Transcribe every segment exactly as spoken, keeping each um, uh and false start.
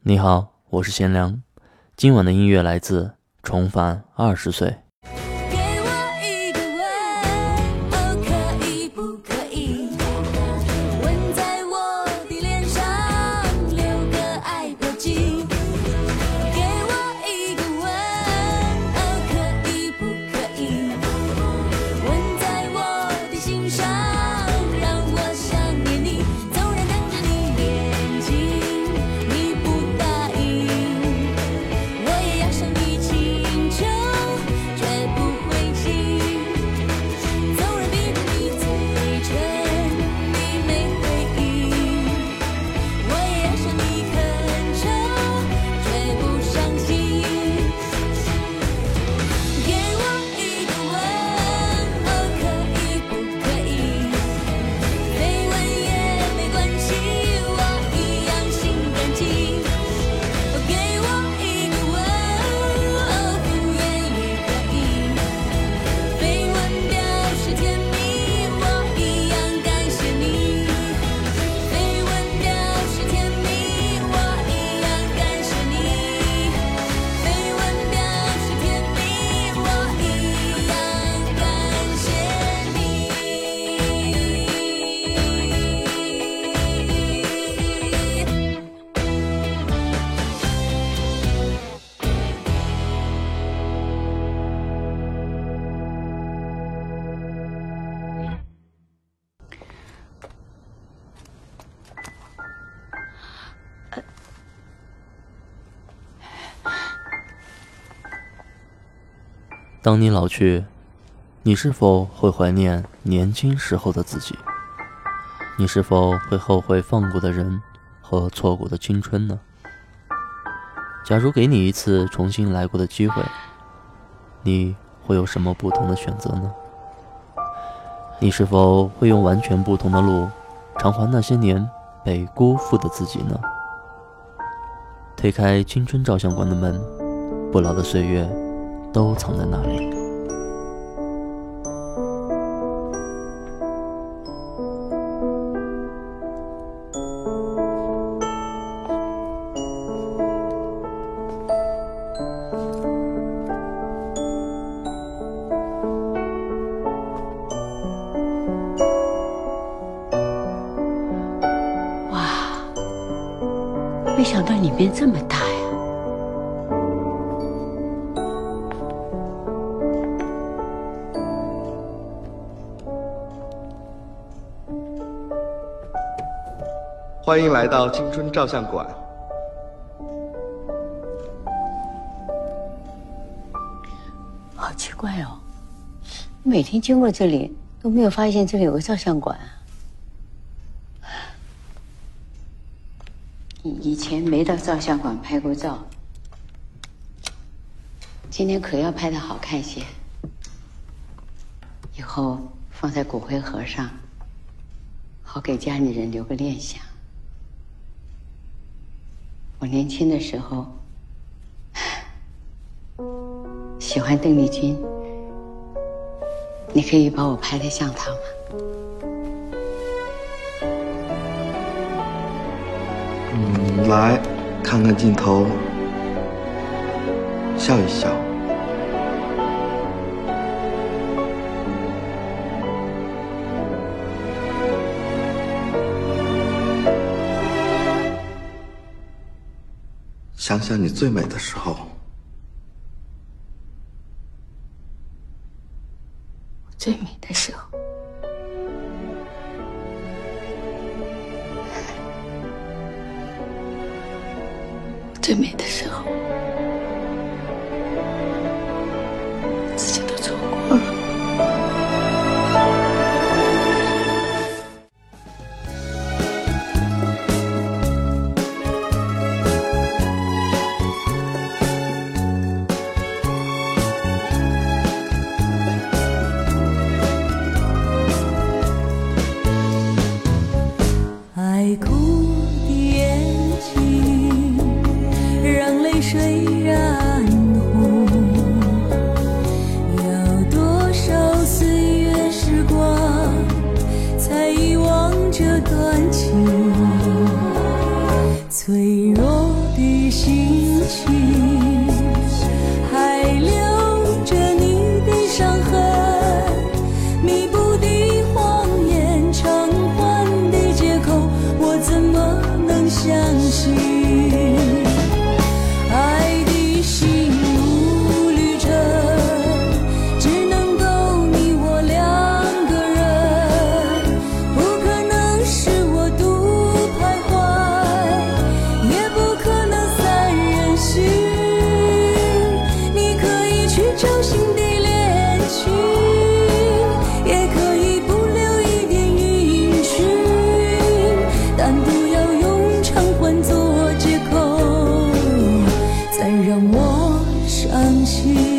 你好，我是贤良。今晚的音乐来自《重返二十岁》。当你老去，你是否会怀念年轻时候的自己？你是否会后悔放过的人和错过的青春呢？假如给你一次重新来过的机会，你会有什么不同的选择呢？你是否会用完全不同的路偿还那些年被辜负的自己呢？推开青春照相馆的门，不老的岁月都藏在那里。 哇，没想到你变这么大呀！ 欢迎来到青春照相馆。 好奇怪哦，每天经过这里都没有发现这里有个照相馆。以前没到照相馆拍过照，今天可要拍得好看些，以后放在骨灰盒上，好给家里人留个念想。我年轻的时候喜欢邓丽君，你可以把我拍得像她吗？ 嗯，来看看镜头，笑一笑。想想你最美的时候。 最美的时候，最美的时候，自己都错过了。 爱哭的眼睛让泪水染红，有多少岁月时光才遗忘这段情，脆弱的心情，还留着你的伤痕，弥补的谎言，偿还的借口，我怎么能相信？爱的心路旅程，只能够你我两个人，不可能是我独徘徊，也不可能三人行。你可以去找新的恋情，也可以不留一点音讯，但不要用偿还做借口，再让我伤心。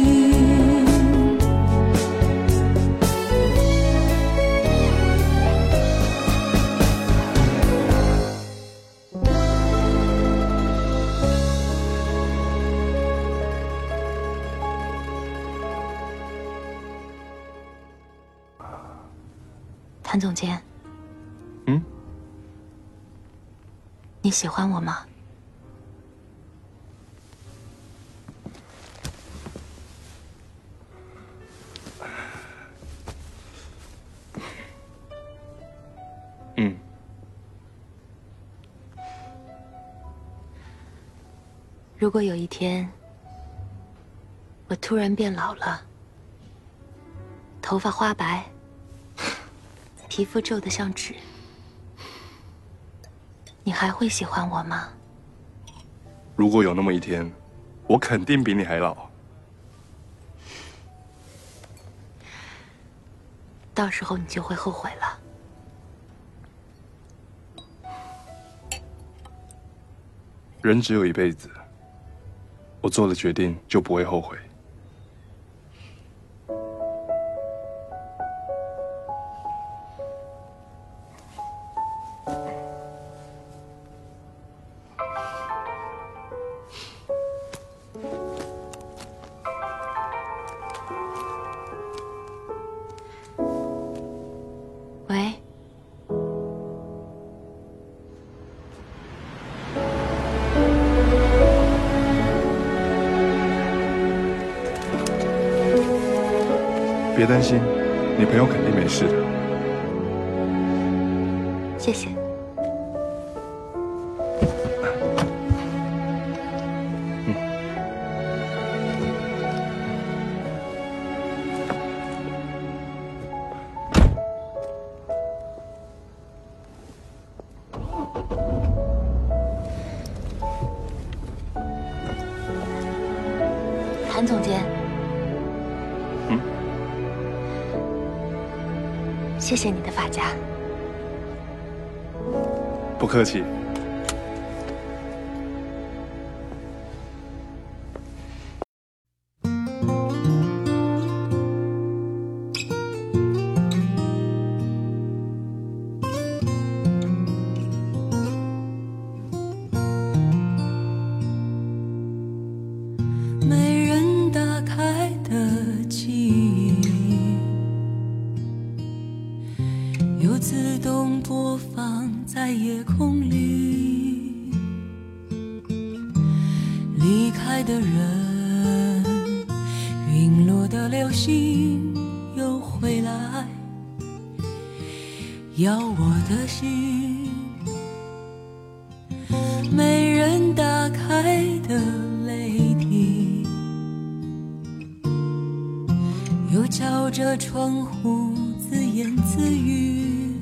谭总监， 嗯， 你喜欢我吗？ 嗯， 如果有一天我突然变老了，头发花白，皮肤皱得像纸，你还会喜欢我吗？ 如果有那么一天，我肯定比你还老。 到时候你就会后悔了。 人只有一辈子，我做了决定就不会后悔。 喂， 别担心，你朋友肯定没事的。 谢谢。谭总监， 嗯， 谢谢你的发夹。 不客气。 没人打开的记忆，又自动播放在夜空里。离开的人，陨落的流星又回来，要我的心。没人打开的泪滴，又敲着窗户自言自语。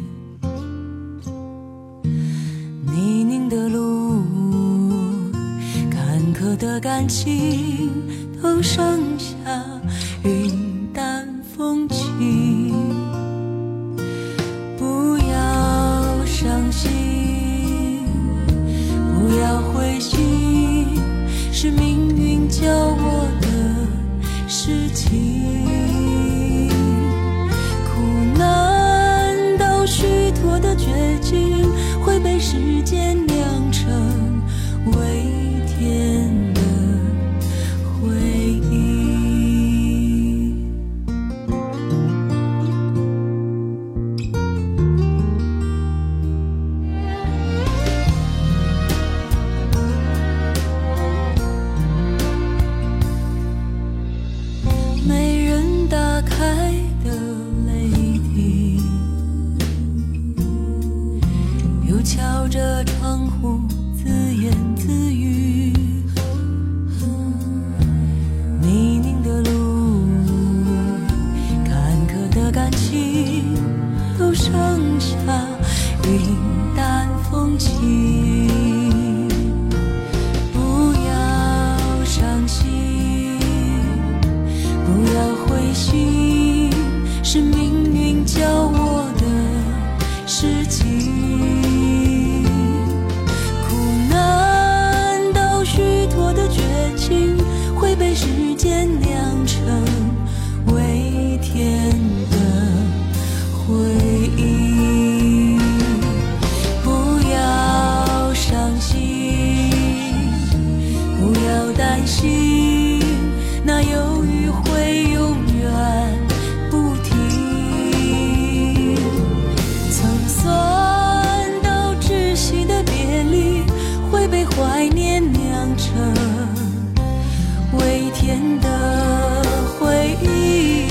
泥泞的路，坎坷的感情，都剩下云淡风轻。不要伤心，不要灰心，是命运教我的事情。苦难到虚脱的绝境，会被时间酿成微甜的回忆。 时间酿成微甜的回忆。不要伤心，不要担心，那忧郁会永远不停。曾酸到窒息的别离，会被怀念酿成微甜的回忆。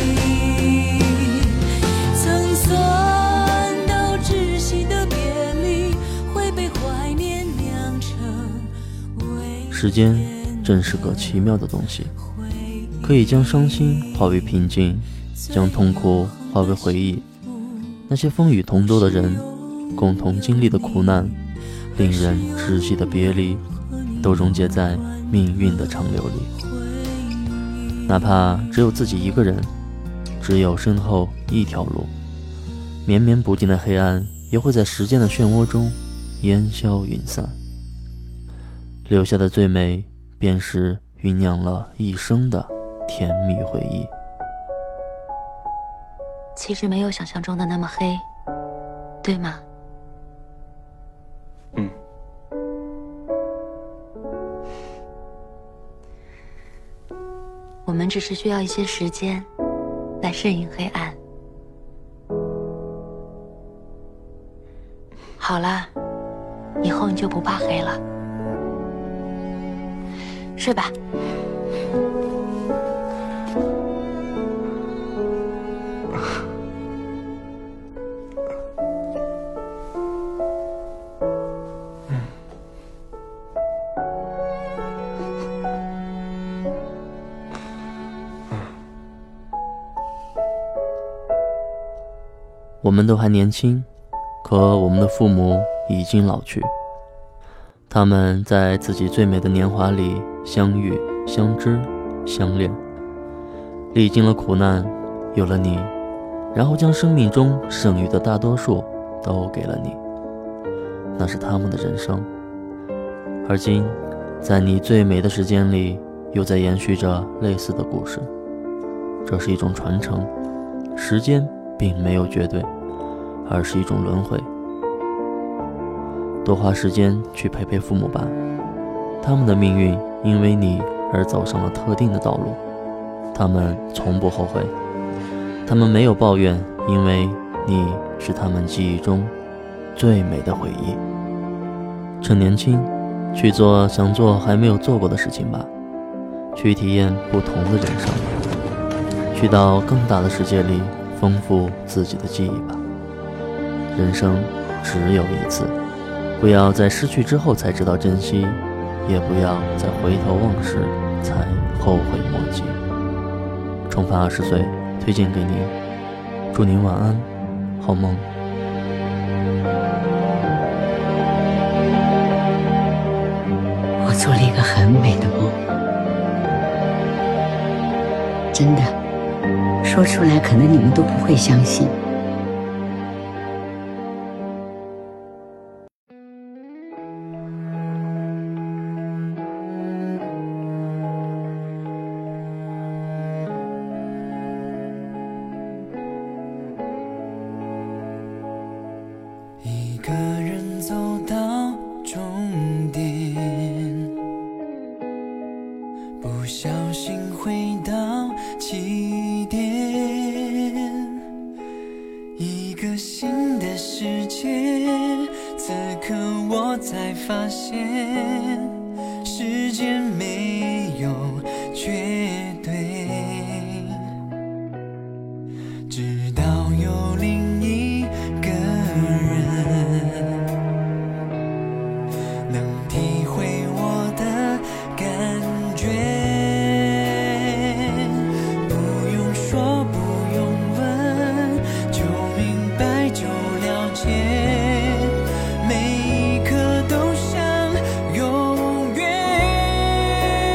曾酸到窒息的别离，会被怀念酿成微甜。 时间真是个奇妙的东西，可以将伤心化为平静，将痛苦化为回忆。那些风雨同舟的人，共同经历的苦难，令人窒息的别离，都溶解在命运的长流里。哪怕只有自己一个人，只有身后一条路，绵绵不尽的黑暗也会在时间的漩涡中烟消云散。留下的最美，便是酝酿了一生的甜蜜回忆。 其实没有想象中的那么黑，对吗？ 嗯。 我们只是需要一些时间来适应黑暗。好了，以后你就不怕黑了。睡吧。 我们都还年轻，可我们的父母已经老去。他们在自己最美的年华里相遇、相知、相恋，历经了苦难，有了你，然后将生命中剩余的大多数都给了你。那是他们的人生。而今，在你最美的时间里，又在延续着类似的故事。这是一种传承，时间并没有绝对，而是一种轮回。多花时间去陪陪父母吧，他们的命运因为你而走上了特定的道路，他们从不后悔，他们没有抱怨，因为你是他们记忆中最美的回忆。趁年轻，去做想做还没有做过的事情吧，去体验不同的人生，去到更大的世界里丰富自己的记忆吧。人生只有一次，不要在失去之后才知道珍惜，也不要在回头望时才后悔莫及。重返二十岁，推荐给您，祝您晚安，好梦。 我做了一个很美的梦，真的，说出来可能你们都不会相信。 一个人走到终点，不小心回到起点，一个新的世界，此刻我才发现，时间没有绝对，直到有另一个人能体会我的感觉，不用说不用问，就明白就了解，每一刻都像永远。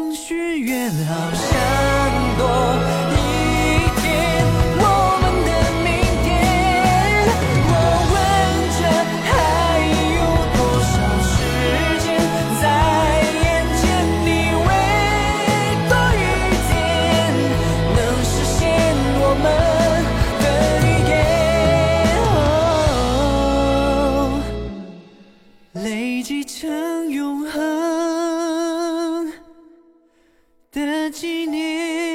想许愿，好想多一天我们的明天。我问着还有多少时间在眼前，你为多一点能实现我们的预言，累积成永恒的纪念。